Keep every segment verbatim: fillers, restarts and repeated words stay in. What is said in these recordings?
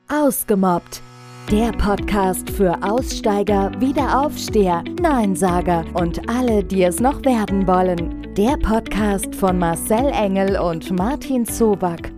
Ausgemobbt. Der Podcast für Aussteiger, Wiederaufsteher, Neinsager und alle, die es noch werden wollen. Der Podcast von Marcel Engel und Martin Zoback.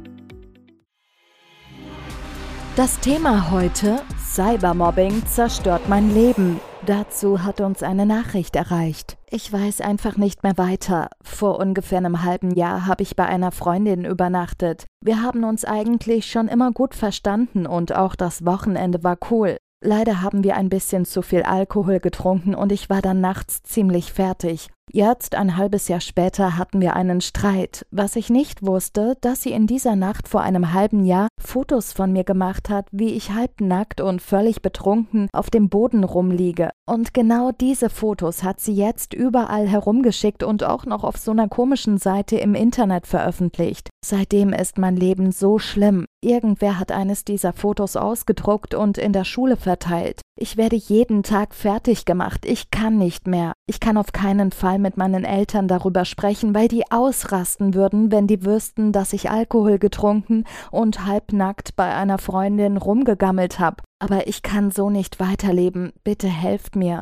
Das Thema heute: Cybermobbing zerstört mein Leben. Dazu hat uns eine Nachricht erreicht. Ich weiß einfach nicht mehr weiter. Vor ungefähr einem halben Jahr habe ich bei einer Freundin übernachtet. Wir haben uns eigentlich schon immer gut verstanden und auch das Wochenende war cool. Leider haben wir ein bisschen zu viel Alkohol getrunken und ich war dann nachts ziemlich fertig. Jetzt, ein halbes Jahr später, hatten wir einen Streit. Was ich nicht wusste, dass sie in dieser Nacht vor einem halben Jahr Fotos von mir gemacht hat, wie ich halbnackt und völlig betrunken auf dem Boden rumliege. Und genau diese Fotos hat sie jetzt überall herumgeschickt und auch noch auf so einer komischen Seite im Internet veröffentlicht. Seitdem ist mein Leben so schlimm. Irgendwer hat eines dieser Fotos ausgedruckt und in der Schule verteilt. Ich werde jeden Tag fertig gemacht. Ich kann nicht mehr. Ich kann auf keinen Fall mit meinen Eltern darüber sprechen, weil die ausrasten würden, wenn die wüssten, dass ich Alkohol getrunken und halbnackt bei einer Freundin rumgegammelt habe. Aber ich kann so nicht weiterleben. Bitte helft mir.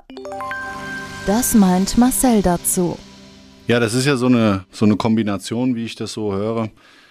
Das meint Marcel dazu. Ja, das ist ja so eine, so eine Kombination, wie ich das so höre,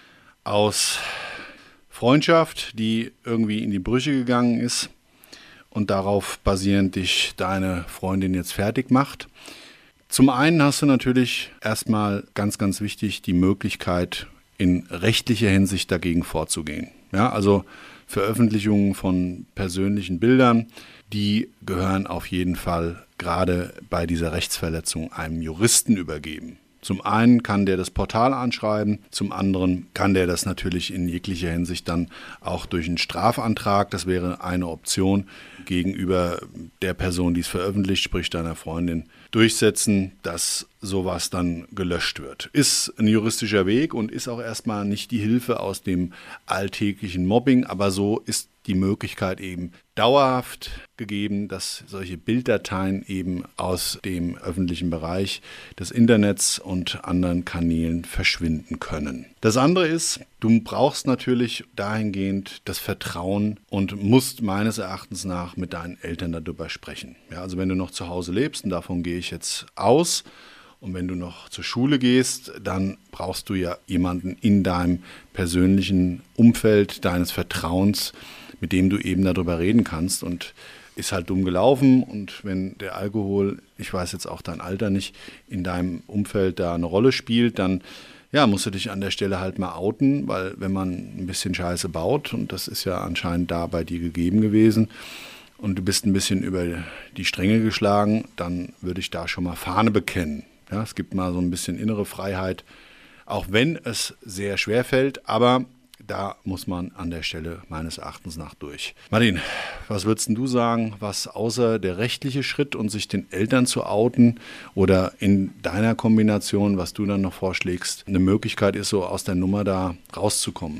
aus Freundschaft, die irgendwie in die Brüche gegangen ist und darauf basierend dich deine Freundin jetzt fertig macht. Zum einen hast du natürlich erstmal ganz, ganz wichtig die Möglichkeit, in rechtlicher Hinsicht dagegen vorzugehen. Ja, also Veröffentlichungen von persönlichen Bildern, die gehören auf jeden Fall gerade bei dieser Rechtsverletzung einem Juristen übergeben. Zum einen kann der das Portal anschreiben, zum anderen kann der das natürlich in jeglicher Hinsicht dann auch durch einen Strafantrag, das wäre eine Option, gegenüber der Person, die es veröffentlicht, sprich deiner Freundin, durchsetzen, dass sowas dann gelöscht wird. Ist ein juristischer Weg und ist auch erstmal nicht die Hilfe aus dem alltäglichen Mobbing, aber so ist die Möglichkeit eben dauerhaft gegeben, dass solche Bilddateien eben aus dem öffentlichen Bereich des Internets und anderen Kanälen verschwinden können. Das andere ist, du brauchst natürlich dahingehend das Vertrauen und musst meines Erachtens nach mit deinen Eltern darüber sprechen. Ja, also wenn du noch zu Hause lebst, und davon gehe ich jetzt aus, und wenn du noch zur Schule gehst, dann brauchst du ja jemanden in deinem persönlichen Umfeld, deines Vertrauens, mit dem du eben darüber reden kannst. Und ist halt dumm gelaufen. Und wenn der Alkohol, ich weiß jetzt auch dein Alter nicht, in deinem Umfeld da eine Rolle spielt, dann ja, musst du dich an der Stelle halt mal outen, weil wenn man ein bisschen Scheiße baut, und das ist ja anscheinend da bei dir gegeben gewesen, und du bist ein bisschen über die Stränge geschlagen, dann würde ich da schon mal Fahne bekennen. Ja, es gibt mal so ein bisschen innere Freiheit, auch wenn es sehr schwer fällt, aber da muss man an der Stelle meines Erachtens nach durch. Martin, was würdest du sagen, was außer der rechtliche Schritt und sich den Eltern zu outen oder in deiner Kombination, was du dann noch vorschlägst, eine Möglichkeit ist, so aus der Nummer da rauszukommen?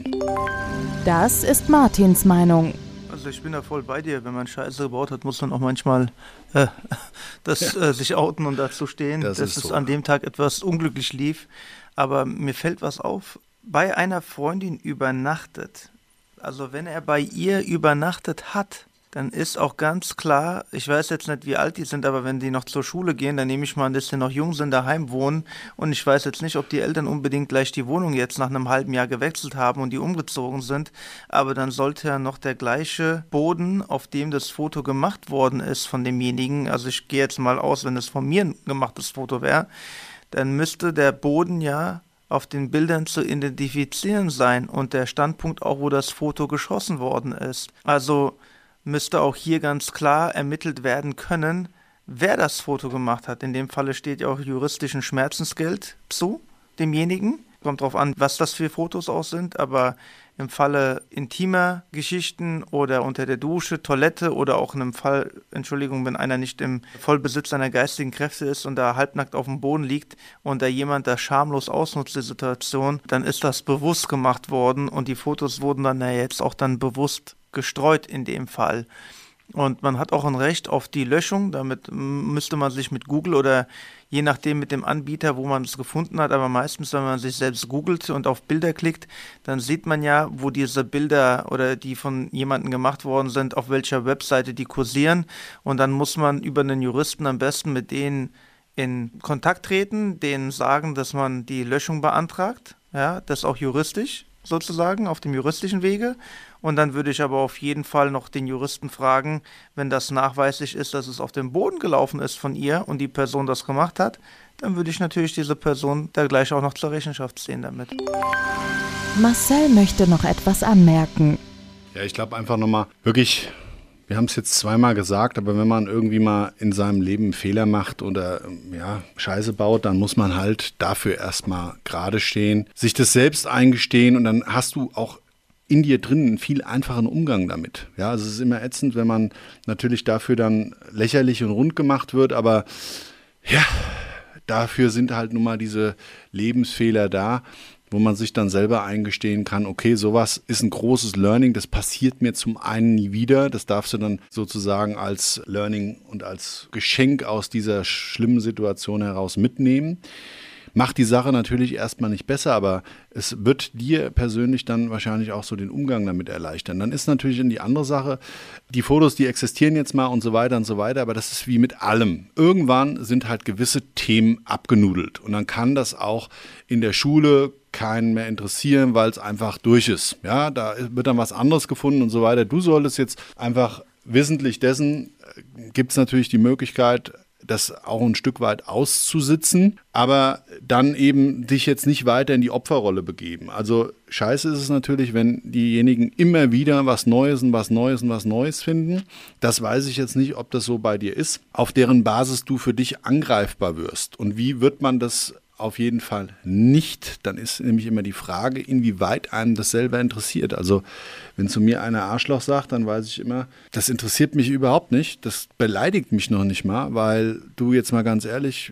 Das ist Martins Meinung. Also ich bin da voll bei dir. Wenn man Scheiße gebaut hat, muss man auch manchmal äh, das, äh, sich outen und dazu stehen, das dass ist es so. An dem Tag etwas unglücklich lief. Aber mir fällt was auf. Bei einer Freundin übernachtet, also wenn er bei ihr übernachtet hat, dann ist auch ganz klar, ich weiß jetzt nicht, wie alt die sind, aber wenn die noch zur Schule gehen, dann nehme ich mal an, dass die noch jung sind, daheim wohnen. Und ich weiß jetzt nicht, ob die Eltern unbedingt gleich die Wohnung jetzt nach einem halben Jahr gewechselt haben und die umgezogen sind. Aber dann sollte ja noch der gleiche Boden, auf dem das Foto gemacht worden ist von demjenigen, also ich gehe jetzt mal aus, wenn es von mir ein gemachtes Foto wäre, dann müsste der Boden ja auf den Bildern zu identifizieren sein und der Standpunkt auch, wo das Foto geschossen worden ist. Also müsste auch hier ganz klar ermittelt werden können, wer das Foto gemacht hat. In dem Falle steht ja auch juristischen Schmerzensgeld zu demjenigen. Kommt drauf an, was das für Fotos auch sind, aber im Falle intimer Geschichten oder unter der Dusche, Toilette oder auch in einem Fall, Entschuldigung, wenn einer nicht im Vollbesitz seiner geistigen Kräfte ist und da halbnackt auf dem Boden liegt und da jemand das schamlos ausnutzt, die Situation, dann ist das bewusst gemacht worden und die Fotos wurden dann ja jetzt auch dann bewusst gestreut in dem Fall. Und man hat auch ein Recht auf die Löschung, damit müsste man sich mit Google oder je nachdem mit dem Anbieter, wo man es gefunden hat, aber meistens, wenn man sich selbst googelt und auf Bilder klickt, dann sieht man ja, wo diese Bilder oder die von jemandem gemacht worden sind, auf welcher Webseite die kursieren, und dann muss man über einen Juristen am besten mit denen in Kontakt treten, denen sagen, dass man die Löschung beantragt, ja, das auch juristisch sozusagen, auf dem juristischen Wege. Und dann würde ich aber auf jeden Fall noch den Juristen fragen, wenn das nachweislich ist, dass es auf dem Boden gelaufen ist von ihr und die Person das gemacht hat, dann würde ich natürlich diese Person da gleich auch noch zur Rechenschaft ziehen damit. Marcel möchte noch etwas anmerken. Ja, ich glaube einfach nochmal, wirklich, wir haben es jetzt zweimal gesagt, aber wenn man irgendwie mal in seinem Leben einen Fehler macht oder ja, Scheiße baut, dann muss man halt dafür erstmal gerade stehen, sich das selbst eingestehen, und dann hast du auch in dir drin einen viel einfachen Umgang damit. Ja, also es ist immer ätzend, wenn man natürlich dafür dann lächerlich und rund gemacht wird, aber ja, dafür sind halt nun mal diese Lebensfehler da, wo man sich dann selber eingestehen kann, okay, sowas ist ein großes Learning, das passiert mir zum einen nie wieder, das darfst du dann sozusagen als Learning und als Geschenk aus dieser schlimmen Situation heraus mitnehmen. Macht die Sache natürlich erstmal nicht besser, aber es wird dir persönlich dann wahrscheinlich auch so den Umgang damit erleichtern. Dann ist natürlich die andere Sache, die Fotos, die existieren jetzt mal und so weiter und so weiter, aber das ist wie mit allem. Irgendwann sind halt gewisse Themen abgenudelt und dann kann das auch in der Schule keinen mehr interessieren, weil es einfach durch ist. Ja, da wird dann was anderes gefunden und so weiter. Du solltest jetzt einfach wissentlich dessen, gibt es natürlich die Möglichkeit, das auch ein Stück weit auszusitzen, aber dann eben dich jetzt nicht weiter in die Opferrolle begeben. Also scheiße ist es natürlich, wenn diejenigen immer wieder was Neues und was Neues und was Neues finden. Das weiß ich jetzt nicht, ob das so bei dir ist, auf deren Basis du für dich angreifbar wirst. Und wie wird man das auf jeden Fall nicht? Dann ist nämlich immer die Frage, inwieweit einem das selber interessiert. Also wenn zu mir einer Arschloch sagt, dann weiß ich immer, das interessiert mich überhaupt nicht. Das beleidigt mich noch nicht mal, weil du jetzt mal ganz ehrlich,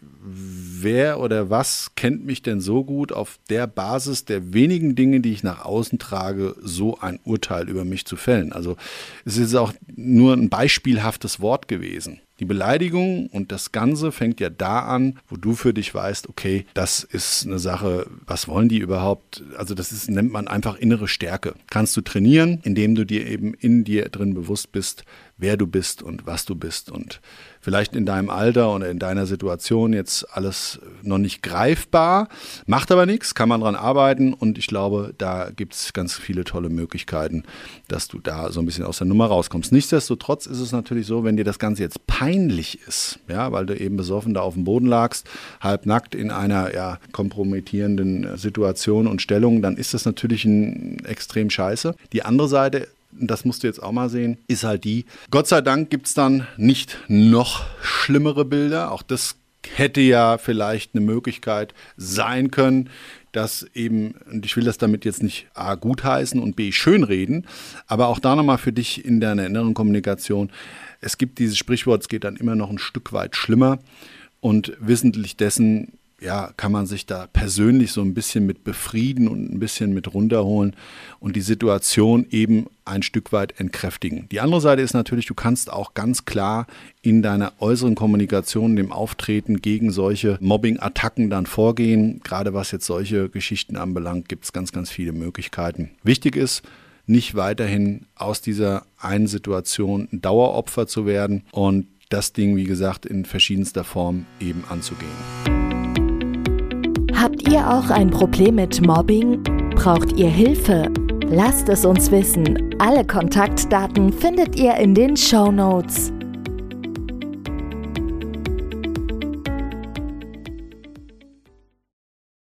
wer oder was kennt mich denn so gut auf der Basis der wenigen Dinge, die ich nach außen trage, so ein Urteil über mich zu fällen? Also es ist auch nur ein beispielhaftes Wort gewesen. Die Beleidigung und das Ganze fängt ja da an, wo du für dich weißt, okay, das ist eine Sache, was wollen die überhaupt? Also das ist, nennt man einfach innere Stärke. Kannst du trainieren, indem du dir eben in dir drin bewusst bist, wer du bist und was du bist, und vielleicht in deinem Alter oder in deiner Situation jetzt alles noch nicht greifbar, macht aber nichts, kann man dran arbeiten, und ich glaube, da gibt es ganz viele tolle Möglichkeiten, dass du da so ein bisschen aus der Nummer rauskommst. Nichtsdestotrotz ist es natürlich so, wenn dir das Ganze jetzt peinlich ist, ja, weil du eben besoffen da auf dem Boden lagst, halbnackt in einer ja, kompromittierenden Situation und Stellung, dann ist das natürlich ein extrem scheiße. Die andere Seite, das musst du jetzt auch mal sehen, ist halt die, Gott sei Dank gibt es dann nicht noch schlimmere Bilder. Auch das hätte ja vielleicht eine Möglichkeit sein können, dass eben, und ich will das damit jetzt nicht A gutheißen und B schönreden, aber auch da nochmal für dich in deiner inneren Kommunikation, es gibt dieses Sprichwort, es geht dann immer noch ein Stück weit schlimmer, und wissentlich dessen, ja, kann man sich da persönlich so ein bisschen mit befrieden und ein bisschen mit runterholen und die Situation eben ein Stück weit entkräftigen. Die andere Seite ist natürlich, du kannst auch ganz klar in deiner äußeren Kommunikation, dem Auftreten gegen solche Mobbing-Attacken dann vorgehen. Gerade was jetzt solche Geschichten anbelangt, gibt es ganz, ganz viele Möglichkeiten. Wichtig ist, nicht weiterhin aus dieser einen Situation ein Daueropfer zu werden und das Ding, wie gesagt, in verschiedenster Form eben anzugehen. Habt ihr auch ein Problem mit Mobbing? Braucht ihr Hilfe? Lasst es uns wissen. Alle Kontaktdaten findet ihr in den Shownotes.